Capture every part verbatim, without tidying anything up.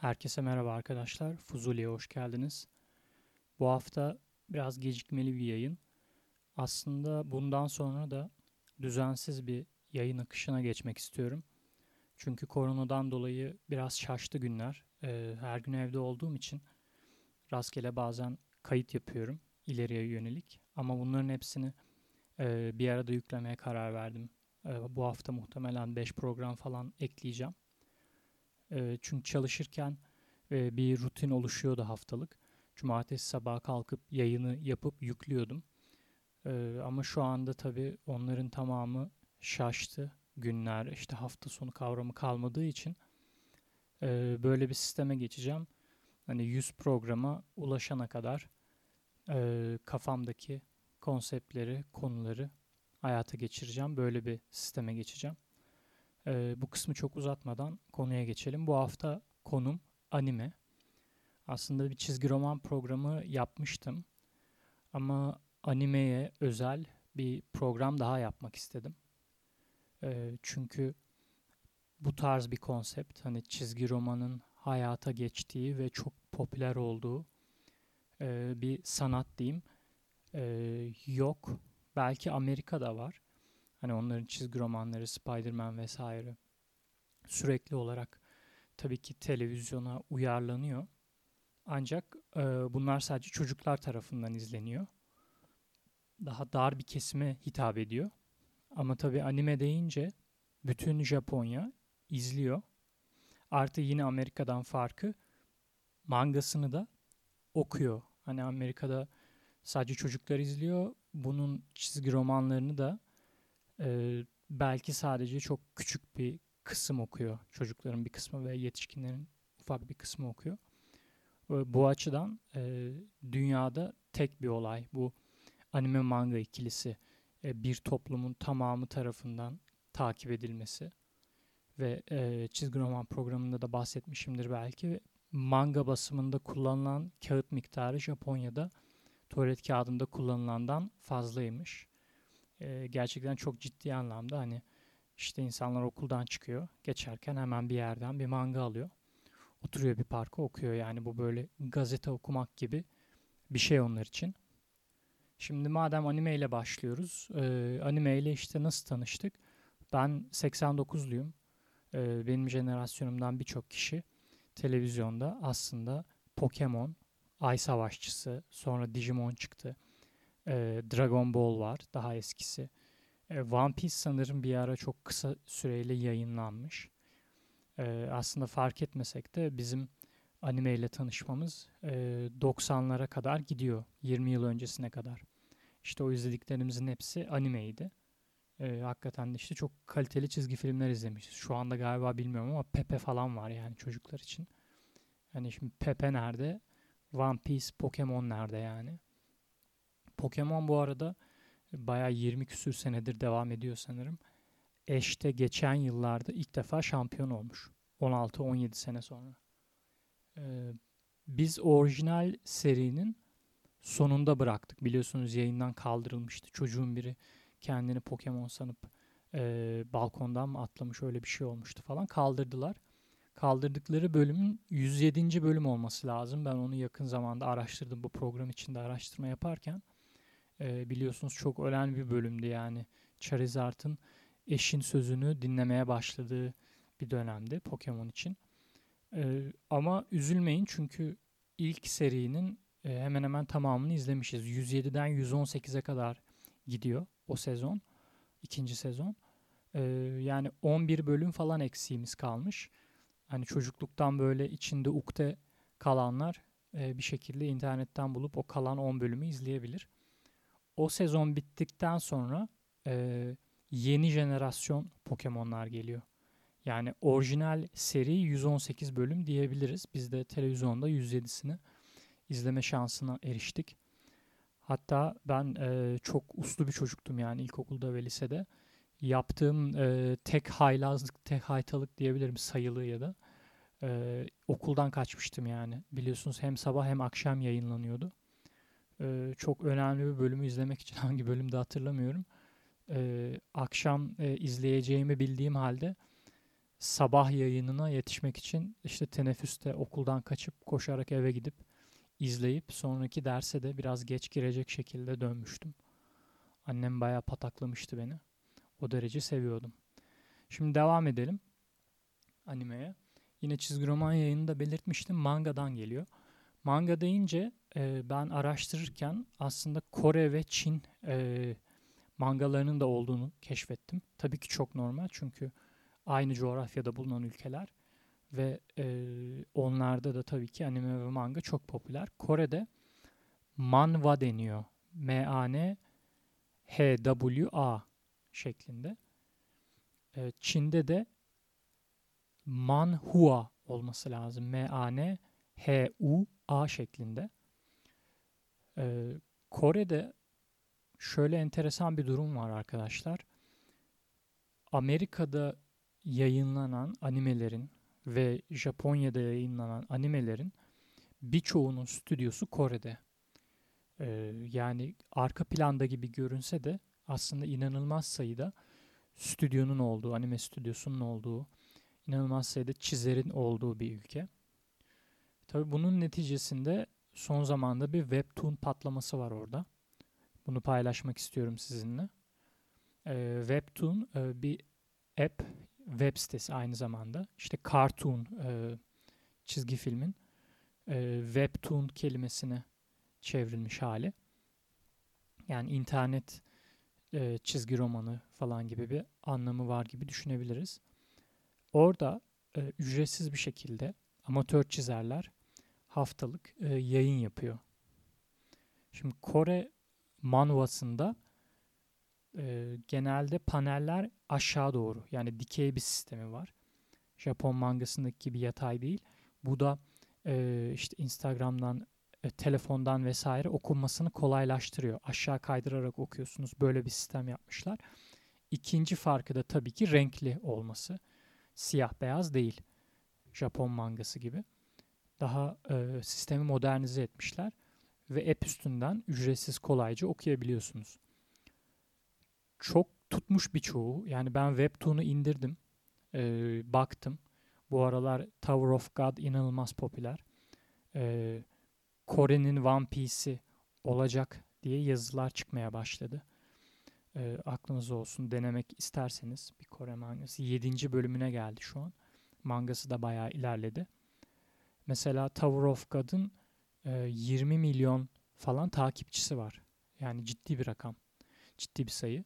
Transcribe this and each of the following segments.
Herkese merhaba arkadaşlar. Fuzuli'ye hoş geldiniz. Bu hafta biraz gecikmeli bir yayın. Aslında bundan sonra da düzensiz bir yayın akışına geçmek istiyorum. Çünkü koronadan dolayı biraz şaştı günler. Ee, her gün evde olduğum için rastgele bazen kayıt yapıyorum ileriye yönelik. Ama bunların hepsini e, bir arada yüklemeye karar verdim. E, bu hafta muhtemelen beş program falan ekleyeceğim. E, çünkü çalışırken e, bir rutin oluşuyordu haftalık. Cumartesi sabahı kalkıp yayını yapıp yüklüyordum. E, ama şu anda tabii onların tamamı şaştı. Günler, işte hafta sonu kavramı kalmadığı için e, böyle bir sisteme geçeceğim. Hani yüz programa ulaşana kadar e, kafamdaki konseptleri, konuları hayata geçireceğim. Böyle bir sisteme geçeceğim. E, bu kısmı çok uzatmadan konuya geçelim. Bu hafta konum anime. Aslında bir çizgi roman programı yapmıştım ama animeye özel bir program daha yapmak istedim. Ee, çünkü bu tarz bir konsept, hani çizgi romanın hayata geçtiği ve çok popüler olduğu e, bir sanat diyeyim, e, yok. Belki Amerika'da var. Hani onların çizgi romanları, Spider-Man vesaire sürekli olarak tabii ki televizyona uyarlanıyor. Ancak e, bunlar sadece çocuklar tarafından izleniyor. Daha dar bir kesime hitap ediyor. Ama tabii anime deyince bütün Japonya izliyor. Artı yine Amerika'dan farkı mangasını da okuyor. Hani Amerika'da sadece çocuklar izliyor. Bunun çizgi romanlarını da e, belki sadece çok küçük bir kısım okuyor. Çocukların bir kısmı ve yetişkinlerin ufak bir kısmı okuyor. E, bu açıdan e, dünyada tek bir olay bu anime manga ikilisi, e, bir toplumun tamamı tarafından takip edilmesi ve e, çizgi roman programında da bahsetmişimdir belki. Manga basımında kullanılan kağıt miktarı Japonya'da tuvalet kağıdında kullanılandan fazlaymış. E, gerçekten çok ciddi anlamda, hani işte insanlar okuldan çıkıyor, geçerken hemen bir yerden bir manga alıyor. Oturuyor bir parka okuyor, yani bu böyle gazete okumak gibi bir şey onlar için. Şimdi madem anime ile başlıyoruz. E, anime ile işte nasıl tanıştık? Ben seksen dokuzluyum. E, benim jenerasyonumdan birçok kişi televizyonda aslında Pokemon, Ay Savaşçısı, sonra Digimon çıktı. E, Dragon Ball var, daha eskisi. E, One Piece sanırım bir ara çok kısa süreyle yayınlanmış. E, aslında fark etmesek de bizim anime ile tanışmamız e, doksanlara kadar gidiyor. yirmi yıl öncesine kadar. İşte o izlediklerimizin hepsi animeydi. Ee, hakikaten de işte çok kaliteli çizgi filmler izlemişiz. Şu anda galiba bilmiyorum ama Pepe falan var yani çocuklar için. Hani şimdi Pepe nerede? One Piece, Pokemon nerede yani? Pokemon bu arada bayağı yirmi küsür senedir devam ediyor sanırım. Eş'te geçen yıllarda ilk defa şampiyon olmuş. on altı on yedi sene sonra. Ee, biz orijinal serinin sonunda bıraktık. Biliyorsunuz yayından kaldırılmıştı. Çocuğun biri kendini Pokemon sanıp e, balkondan mı atlamış, öyle bir şey olmuştu falan. Kaldırdılar. Kaldırdıkları bölümün yüz yedinci bölüm olması lazım. Ben onu yakın zamanda araştırdım bu program içinde araştırma yaparken. E, biliyorsunuz çok önemli bir bölümdü yani. Charizard'ın eşin sözünü dinlemeye başladığı bir dönemdi Pokemon için. E, ama üzülmeyin, çünkü ilk serinin e, hemen hemen tamamını izlemişiz. yüz yediden yüz on sekize kadar gidiyor o sezon. İkinci sezon. E, yani on bir bölüm falan eksiğimiz kalmış. Hani çocukluktan böyle içinde ukde kalanlar e, bir şekilde internetten bulup o kalan on bölümü izleyebilir. O sezon bittikten sonra e, yeni jenerasyon Pokemon'lar geliyor. Yani orijinal seri yüz on sekiz bölüm diyebiliriz. Biz de televizyonda yüz yedisini izleme şansına eriştik. Hatta ben e, çok uslu bir çocuktum yani ilkokulda ve lisede. Yaptığım e, tek haylazlık, tek haytalık diyebilirim, sayılı ya da. E, okuldan kaçmıştım yani. Biliyorsunuz hem sabah hem akşam yayınlanıyordu. E, çok önemli bir bölümü izlemek için hangi bölümde hatırlamıyorum. E, akşam e, izleyeceğimi bildiğim halde sabah yayınına yetişmek için işte teneffüste okuldan kaçıp koşarak eve gidip izleyip sonraki derse de biraz geç girecek şekilde dönmüştüm. Annem bayağı pataklamıştı beni. O derece seviyordum. Şimdi devam edelim animeye. Yine çizgi roman yayını belirtmiştim. Manga'dan geliyor. Manga deyince e, ben araştırırken aslında Kore ve Çin e, mangalarının da olduğunu keşfettim. Tabii ki çok normal çünkü aynı coğrafyada bulunan ülkeler ve e, onlarda da tabii ki anime ve manga çok popüler. Kore'de manhwa deniyor. M A N H W A şeklinde. E, Çin'de de manhua olması lazım. M A N H U A şeklinde. E, Kore'de şöyle enteresan bir durum var arkadaşlar. Amerika'da yayınlanan animelerin ve Japonya'da yayınlanan animelerin birçoğunun stüdyosu Kore'de. Ee, yani arka planda gibi görünse de aslında inanılmaz sayıda stüdyonun olduğu, anime stüdyosunun olduğu, inanılmaz sayıda çizerin olduğu bir ülke. Tabii bunun neticesinde son zamanda bir webtoon patlaması var orada. Bunu paylaşmak istiyorum sizinle. Ee, webtoon e, bir app, web sitesi aynı zamanda. İşte cartoon e, çizgi filmin e, webtoon kelimesine çevrilmiş hali. Yani internet e, çizgi romanı falan gibi bir anlamı var gibi düşünebiliriz. Orada e, ücretsiz bir şekilde amatör çizerler haftalık e, yayın yapıyor. Şimdi Kore manhwasında e, genelde paneller aşağı doğru, yani dikey bir sistemi var. Japon mangasındaki gibi yatay değil. Bu da e, işte Instagram'dan, e, telefondan vesaire okunmasını kolaylaştırıyor. Aşağı kaydırarak okuyorsunuz. Böyle bir sistem yapmışlar. İkinci farkı da tabii ki renkli olması. Siyah beyaz değil. Japon mangası gibi. Daha e, sistemi modernize etmişler ve app üstünden ücretsiz kolayca okuyabiliyorsunuz. Çok tutmuş birçoğu. Yani ben Webtoon'u indirdim. E, baktım. Bu aralar Tower of God inanılmaz popüler. Ee, Kore'nin One Piece'i olacak diye yazılar çıkmaya başladı. Ee, aklınızda olsun, denemek isterseniz bir Kore mangası. yedinci bölümüne geldi şu an. Mangası da bayağı ilerledi. Mesela Tower of God'ın e, yirmi milyon falan takipçisi var. Yani ciddi bir rakam. Ciddi bir sayı.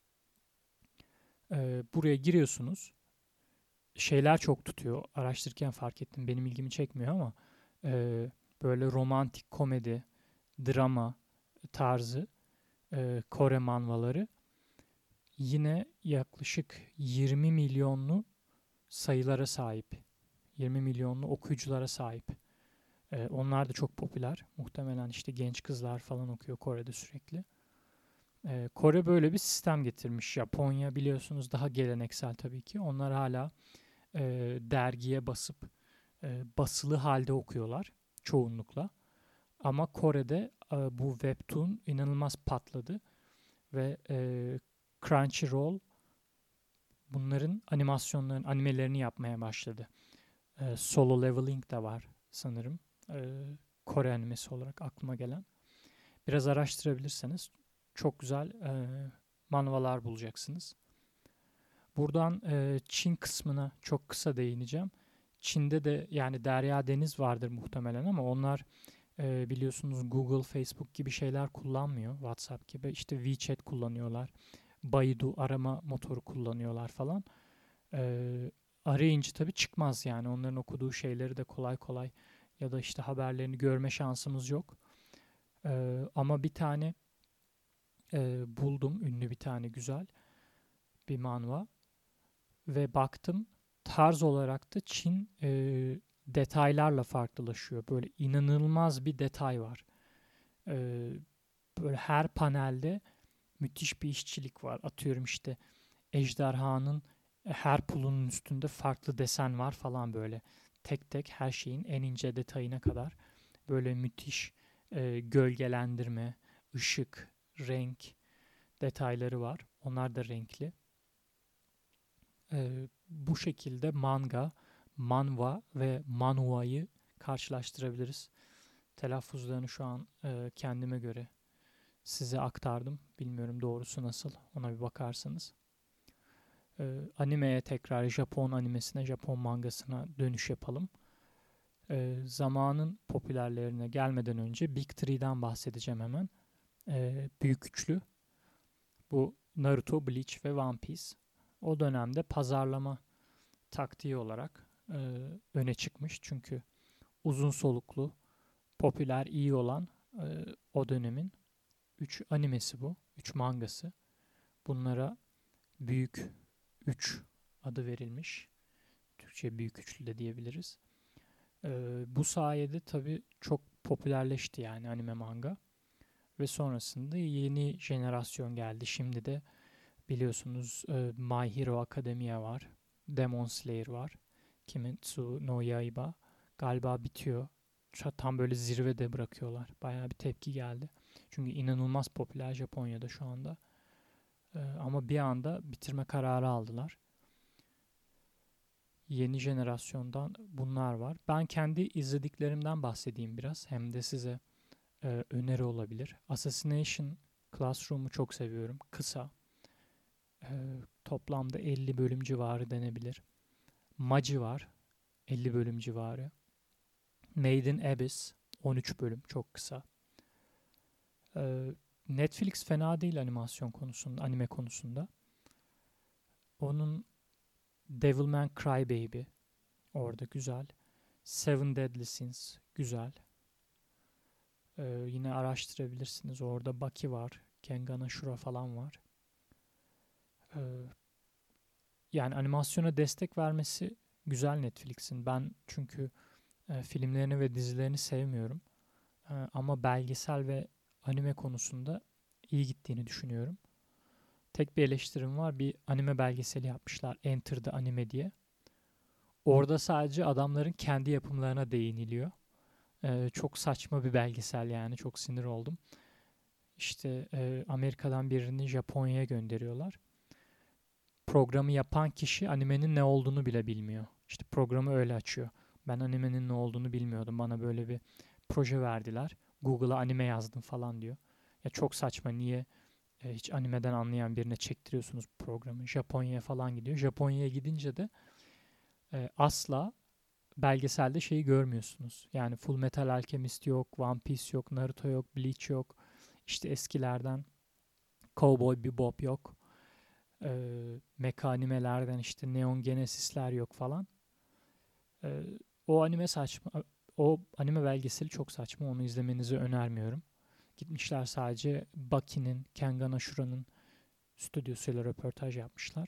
Ee, buraya giriyorsunuz. Şeyler çok tutuyor. Araştırırken fark ettim. Benim ilgimi çekmiyor ama e, böyle romantik komedi, drama tarzı e, Kore manvaları yine yaklaşık yirmi milyonlu sayılara sahip. yirmi milyonlu okuyuculara sahip. E, onlar da çok popüler. Muhtemelen işte genç kızlar falan okuyor Kore'de sürekli. E, Kore böyle bir sistem getirmiş. Japonya biliyorsunuz daha geleneksel tabii ki. Onlar hala e, dergiye basıp e, basılı halde okuyorlar çoğunlukla. Ama Kore'de e, bu webtoon inanılmaz patladı ve e, Crunchyroll bunların animasyonların animelerini yapmaya başladı. E, Solo Leveling de var sanırım. E, Kore animesi olarak aklıma gelen. Biraz araştırabilirseniz çok güzel e, manvalar bulacaksınız. Buradan e, Çin kısmına çok kısa değineceğim. Çin'de de yani derya deniz vardır muhtemelen ama onlar e, biliyorsunuz Google, Facebook gibi şeyler kullanmıyor. WhatsApp gibi işte WeChat kullanıyorlar. Baidu arama motoru kullanıyorlar falan. E, arayınca tabii çıkmaz yani. Onların okuduğu şeyleri de kolay kolay ya da işte haberlerini görme şansımız yok. E, ama bir tane e, buldum. Ünlü bir tane güzel bir manva. Ve baktım tarz olarak da Çin e, detaylarla farklılaşıyor. Böyle inanılmaz bir detay var. E, böyle her panelde müthiş bir işçilik var. Atıyorum işte ejderhanın her pulunun üstünde farklı desen var falan böyle. Tek tek her şeyin en ince detayına kadar böyle müthiş e, gölgelendirme, ışık, renk detayları var. Onlar da renkli. E, bu şekilde manga, manhwa ve manhwa'yı karşılaştırabiliriz. Telaffuzlarını şu an e, kendime göre size aktardım. Bilmiyorum doğrusu nasıl. Ona bir bakarsanız. E, animeye tekrar Japon animesine, Japon mangasına dönüş yapalım. E, zamanın popülerlerine gelmeden önce Big Three'den bahsedeceğim hemen. E, büyük üçlü. Bu Naruto, Bleach ve One Piece. O dönemde pazarlama taktiği olarak e, öne çıkmış. Çünkü uzun soluklu, popüler, iyi olan e, o dönemin üç animesi bu. üç mangası. Bunlara Büyük üç adı verilmiş. Türkçe Büyük Üçlü de diyebiliriz. E, bu sayede tabii çok popülerleşti yani anime manga. Ve sonrasında yeni jenerasyon geldi. Şimdi de biliyorsunuz e, My Hero Academia var. Demon Slayer var. Kimetsu no Yaiba. Galiba bitiyor. Tam böyle zirvede bırakıyorlar. Bayağı bir tepki geldi. Çünkü inanılmaz popüler Japonya'da şu anda. Ee, ama bir anda bitirme kararı aldılar. Yeni jenerasyondan bunlar var. Ben kendi izlediklerimden bahsedeyim biraz. Hem de size e, öneri olabilir. Assassination Classroom'u çok seviyorum. Kısa. E, toplamda elli bölüm civarı denebilir. Maji var. elli bölüm civarı. Made in Abyss on üç bölüm, çok kısa. Ee, Netflix fena değil animasyon konusunda, anime konusunda. Onun Devilman Crybaby orada güzel. Seven Deadly Sins güzel. Ee, yine araştırabilirsiniz. Orada Baki var. Kengan Ashura falan var. Ee, yani animasyona destek vermesi güzel Netflix'in. Ben çünkü e, filmlerini ve dizilerini sevmiyorum. E, ama belgesel ve anime konusunda iyi gittiğini düşünüyorum. Tek bir eleştirim var. Bir anime belgeseli yapmışlar. Enter the Anime diye. Orada sadece adamların kendi yapımlarına değiniliyor. Ee, çok saçma bir belgesel yani. Çok sinir oldum. İşte e, Amerika'dan birini Japonya'ya gönderiyorlar. Programı yapan kişi animenin ne olduğunu bile bilmiyor. İşte programı öyle açıyor. Ben animenin ne olduğunu bilmiyordum. Bana böyle bir proje verdiler. Google'a anime yazdım falan diyor. Ya çok saçma. Niye e, hiç animeden anlayan birine çektiriyorsunuz programı? Japonya'ya falan gidiyor. Japonya'ya gidince de e, asla belgeselde şeyi görmüyorsunuz. Yani Full Metal Alchemist yok, One Piece yok, Naruto yok, Bleach yok. İşte eskilerden Cowboy Bebop yok. E, mecha animelerden işte Neon Genesis'ler yok falan. E, o anime saçma. O anime belgeseli çok saçma. Onu izlemenizi önermiyorum. Gitmişler sadece Baki'nin, Kengan Ashura'nın stüdyosuyla röportaj yapmışlar.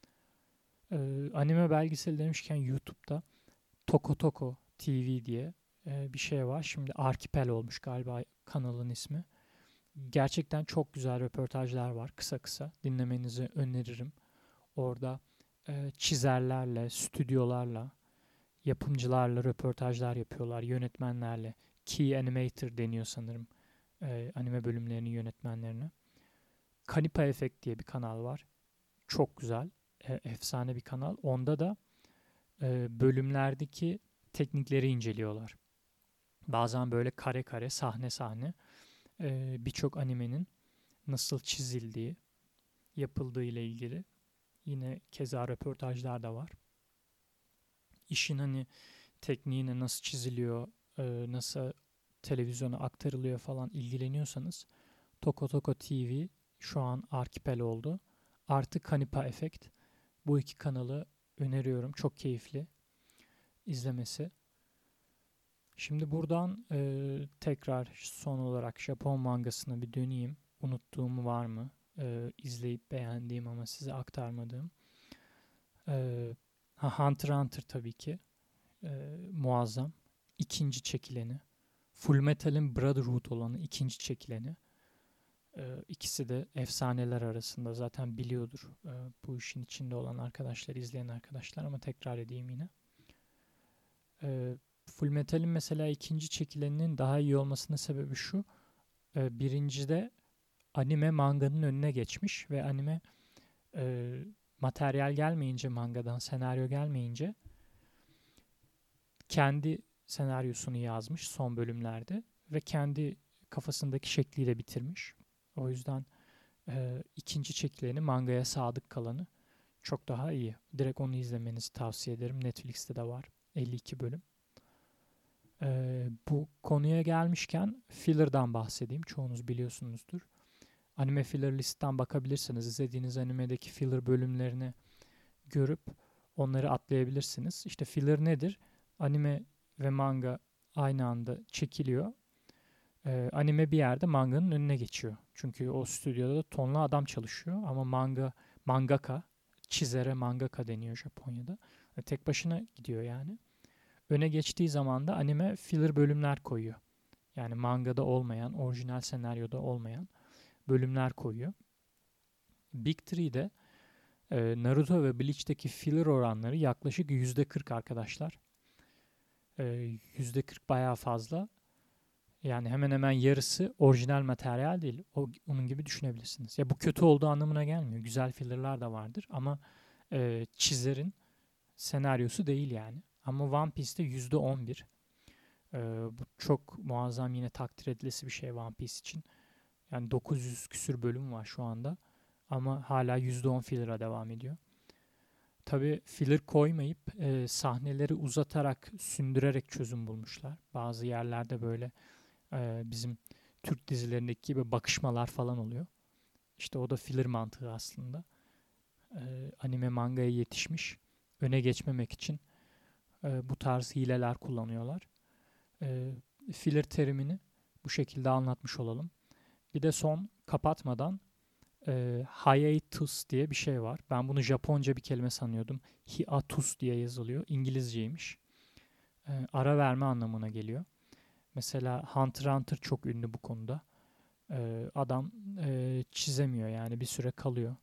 Ee, anime belgeseli demişken YouTube'da Toko Toko T V diye e, bir şey var. Şimdi Arkipel olmuş galiba kanalın ismi. Gerçekten çok güzel röportajlar var. Kısa kısa dinlemenizi öneririm. Orada e, çizerlerle, stüdyolarla, yapımcılarla röportajlar yapıyorlar. Yönetmenlerle. Key Animator deniyor sanırım e, anime bölümlerinin yönetmenlerine. Kanipa Effect diye bir kanal var. Çok güzel. E, efsane bir kanal. Onda da e, bölümlerdeki teknikleri inceliyorlar. Bazen böyle kare kare, sahne sahne e, birçok animenin nasıl çizildiği, yapıldığı ile ilgili yine keza röportajlar da var. İşin hani tekniğine nasıl çiziliyor, e, nasıl televizyona aktarılıyor falan ilgileniyorsanız Toko Toko T V şu an Arkipel oldu. Artı Kanipa Effect. Bu iki kanalı öneriyorum. Çok keyifli izlemesi. Şimdi buradan e, tekrar son olarak Japon mangasına bir döneyim. Unuttuğum var mı? E, izleyip beğendiğim ama size aktarmadığım. E, Hunter x Hunter tabii ki. E, muazzam. İkinci çekileni. Fullmetal'in Brotherhood olanı ikinci çekileni. E, ikisi de efsaneler arasında. Zaten biliyordur e, bu işin içinde olan arkadaşlar, izleyen arkadaşlar ama tekrar edeyim yine. E, Fullmetal'in mesela ikinci çekileninin daha iyi olmasının sebebi şu. E, birincide anime manganın önüne geçmiş ve anime e, materyal gelmeyince, mangadan senaryo gelmeyince kendi senaryosunu yazmış son bölümlerde ve kendi kafasındaki şekliyle bitirmiş. O yüzden e, ikinci çekileni, mangaya sadık kalanı çok daha iyi. Direkt onu izlemenizi tavsiye ederim. Netflix'te de var. elli iki bölüm. E, bu konuya gelmişken filler'dan bahsedeyim. Çoğunuz biliyorsunuzdur. Anime filler listten bakabilirsiniz. İzlediğiniz animedeki filler bölümlerini görüp onları atlayabilirsiniz. İşte filler nedir? Anime ve manga aynı anda çekiliyor. Ee, anime bir yerde manganın önüne geçiyor. Çünkü o stüdyoda da tonla adam çalışıyor. Ama manga, mangaka, çizere mangaka deniyor Japonya'da. E, tek başına gidiyor yani. Öne geçtiği zaman da anime filler bölümler koyuyor. Yani mangada olmayan, orijinal senaryoda olmayan bölümler koyuyor. Big Three'de e, Naruto ve Bleach'teki filler oranları yaklaşık yüzde kırk arkadaşlar. E, yüzde kırk bayağı fazla. Yani hemen hemen yarısı orijinal materyal değil. O, onun gibi düşünebilirsiniz. Ya bu kötü olduğu anlamına gelmiyor. Güzel fillerler de vardır ama e, çizerin senaryosu değil yani. Ama One Piece'te yüzde on bir. E, bu çok muazzam, yine takdir edilesi bir şey One Piece için. Yani dokuz yüz küsür bölüm var şu anda. Ama hala yüzde on filler'a devam ediyor. Tabii filler koymayıp e, sahneleri uzatarak, sündürerek çözüm bulmuşlar. Bazı yerlerde böyle e, bizim Türk dizilerindeki gibi bakışmalar falan oluyor. İşte o da filler mantığı aslında. E, anime mangaya yetişmiş. Öne geçmemek için e, bu tarz hileler kullanıyorlar. E, filler terimini bu şekilde anlatmış olalım. Bir de son kapatmadan e, hiatus diye bir şey var. Ben bunu Japonca bir kelime sanıyordum. Hiatus diye yazılıyor. İngilizceymiş. E, ara verme anlamına geliyor. Mesela Hunter x Hunter çok ünlü bu konuda. E, adam e, çizemiyor yani, bir süre kalıyor.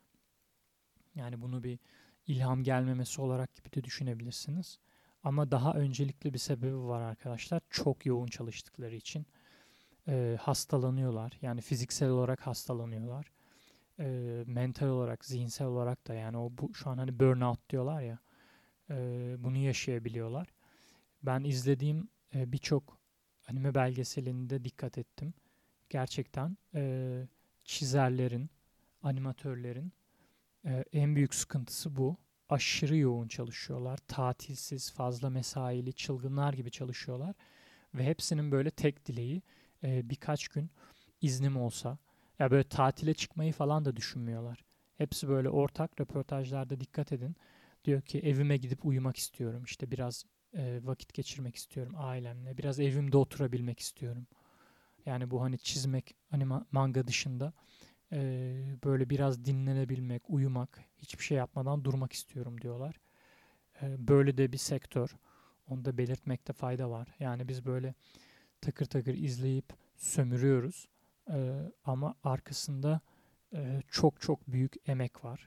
Yani bunu bir ilham gelmemesi olarak gibi de düşünebilirsiniz. Ama daha öncelikli bir sebebi var arkadaşlar. Çok yoğun çalıştıkları için e, hastalanıyorlar. Yani fiziksel olarak hastalanıyorlar. E, mental olarak, zihinsel olarak da, yani o bu şu an hani burnout diyorlar ya, e, bunu yaşayabiliyorlar. Ben izlediğim e, birçok anime belgeselinde dikkat ettim. Gerçekten e, çizerlerin, animatörlerin e, en büyük sıkıntısı bu. Aşırı yoğun çalışıyorlar. Tatilsiz, fazla mesaili, çılgınlar gibi çalışıyorlar. Ve hepsinin böyle tek dileği e, birkaç gün iznim olsa. Ya böyle tatile çıkmayı falan da düşünmüyorlar. Hepsi böyle ortak röportajlarda, dikkat edin. Diyor ki evime gidip uyumak istiyorum. İşte biraz e, vakit geçirmek istiyorum ailemle. Biraz evimde oturabilmek istiyorum. Yani bu hani çizmek, hani manga dışında e, böyle biraz dinlenebilmek, uyumak, hiçbir şey yapmadan durmak istiyorum diyorlar. E, böyle de bir sektör. Onu da belirtmekte fayda var. Yani biz böyle takır takır izleyip sömürüyoruz. E, ama arkasında e, çok çok büyük emek var.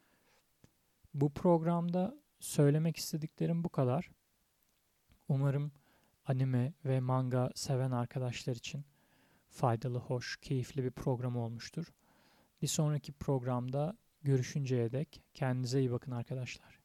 Bu programda söylemek istediklerim bu kadar. Umarım anime ve manga seven arkadaşlar için faydalı, hoş, keyifli bir program olmuştur. Bir sonraki programda görüşünceye dek kendinize iyi bakın arkadaşlar.